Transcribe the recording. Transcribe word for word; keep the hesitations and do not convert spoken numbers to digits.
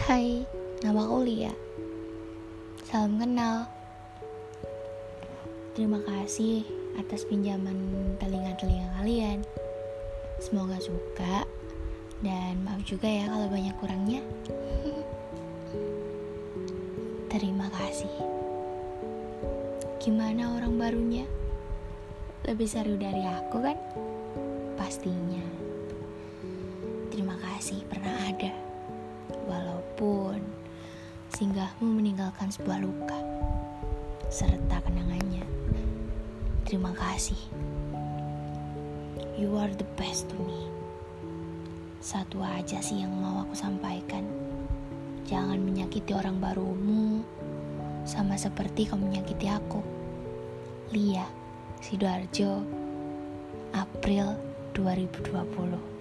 Hai, nama aku Lia. Salam kenal. Terima kasih atas pinjaman telinga-telinga kalian. Semoga suka. Dan maaf juga ya kalau banyak kurangnya. Terima kasih. Gimana orang barunya? Lebih seru dari aku kan? Pastinya. Terima kasih pernah ada. Walaupun singgahmu meninggalkan sebuah luka serta kenangannya. Terima kasih. You are the best to me. Satu aja sih yang mau aku sampaikan. Jangan menyakiti orang barumu sama seperti kamu menyakiti aku. Lia, Sidoarjo, April dua ribu dua puluh.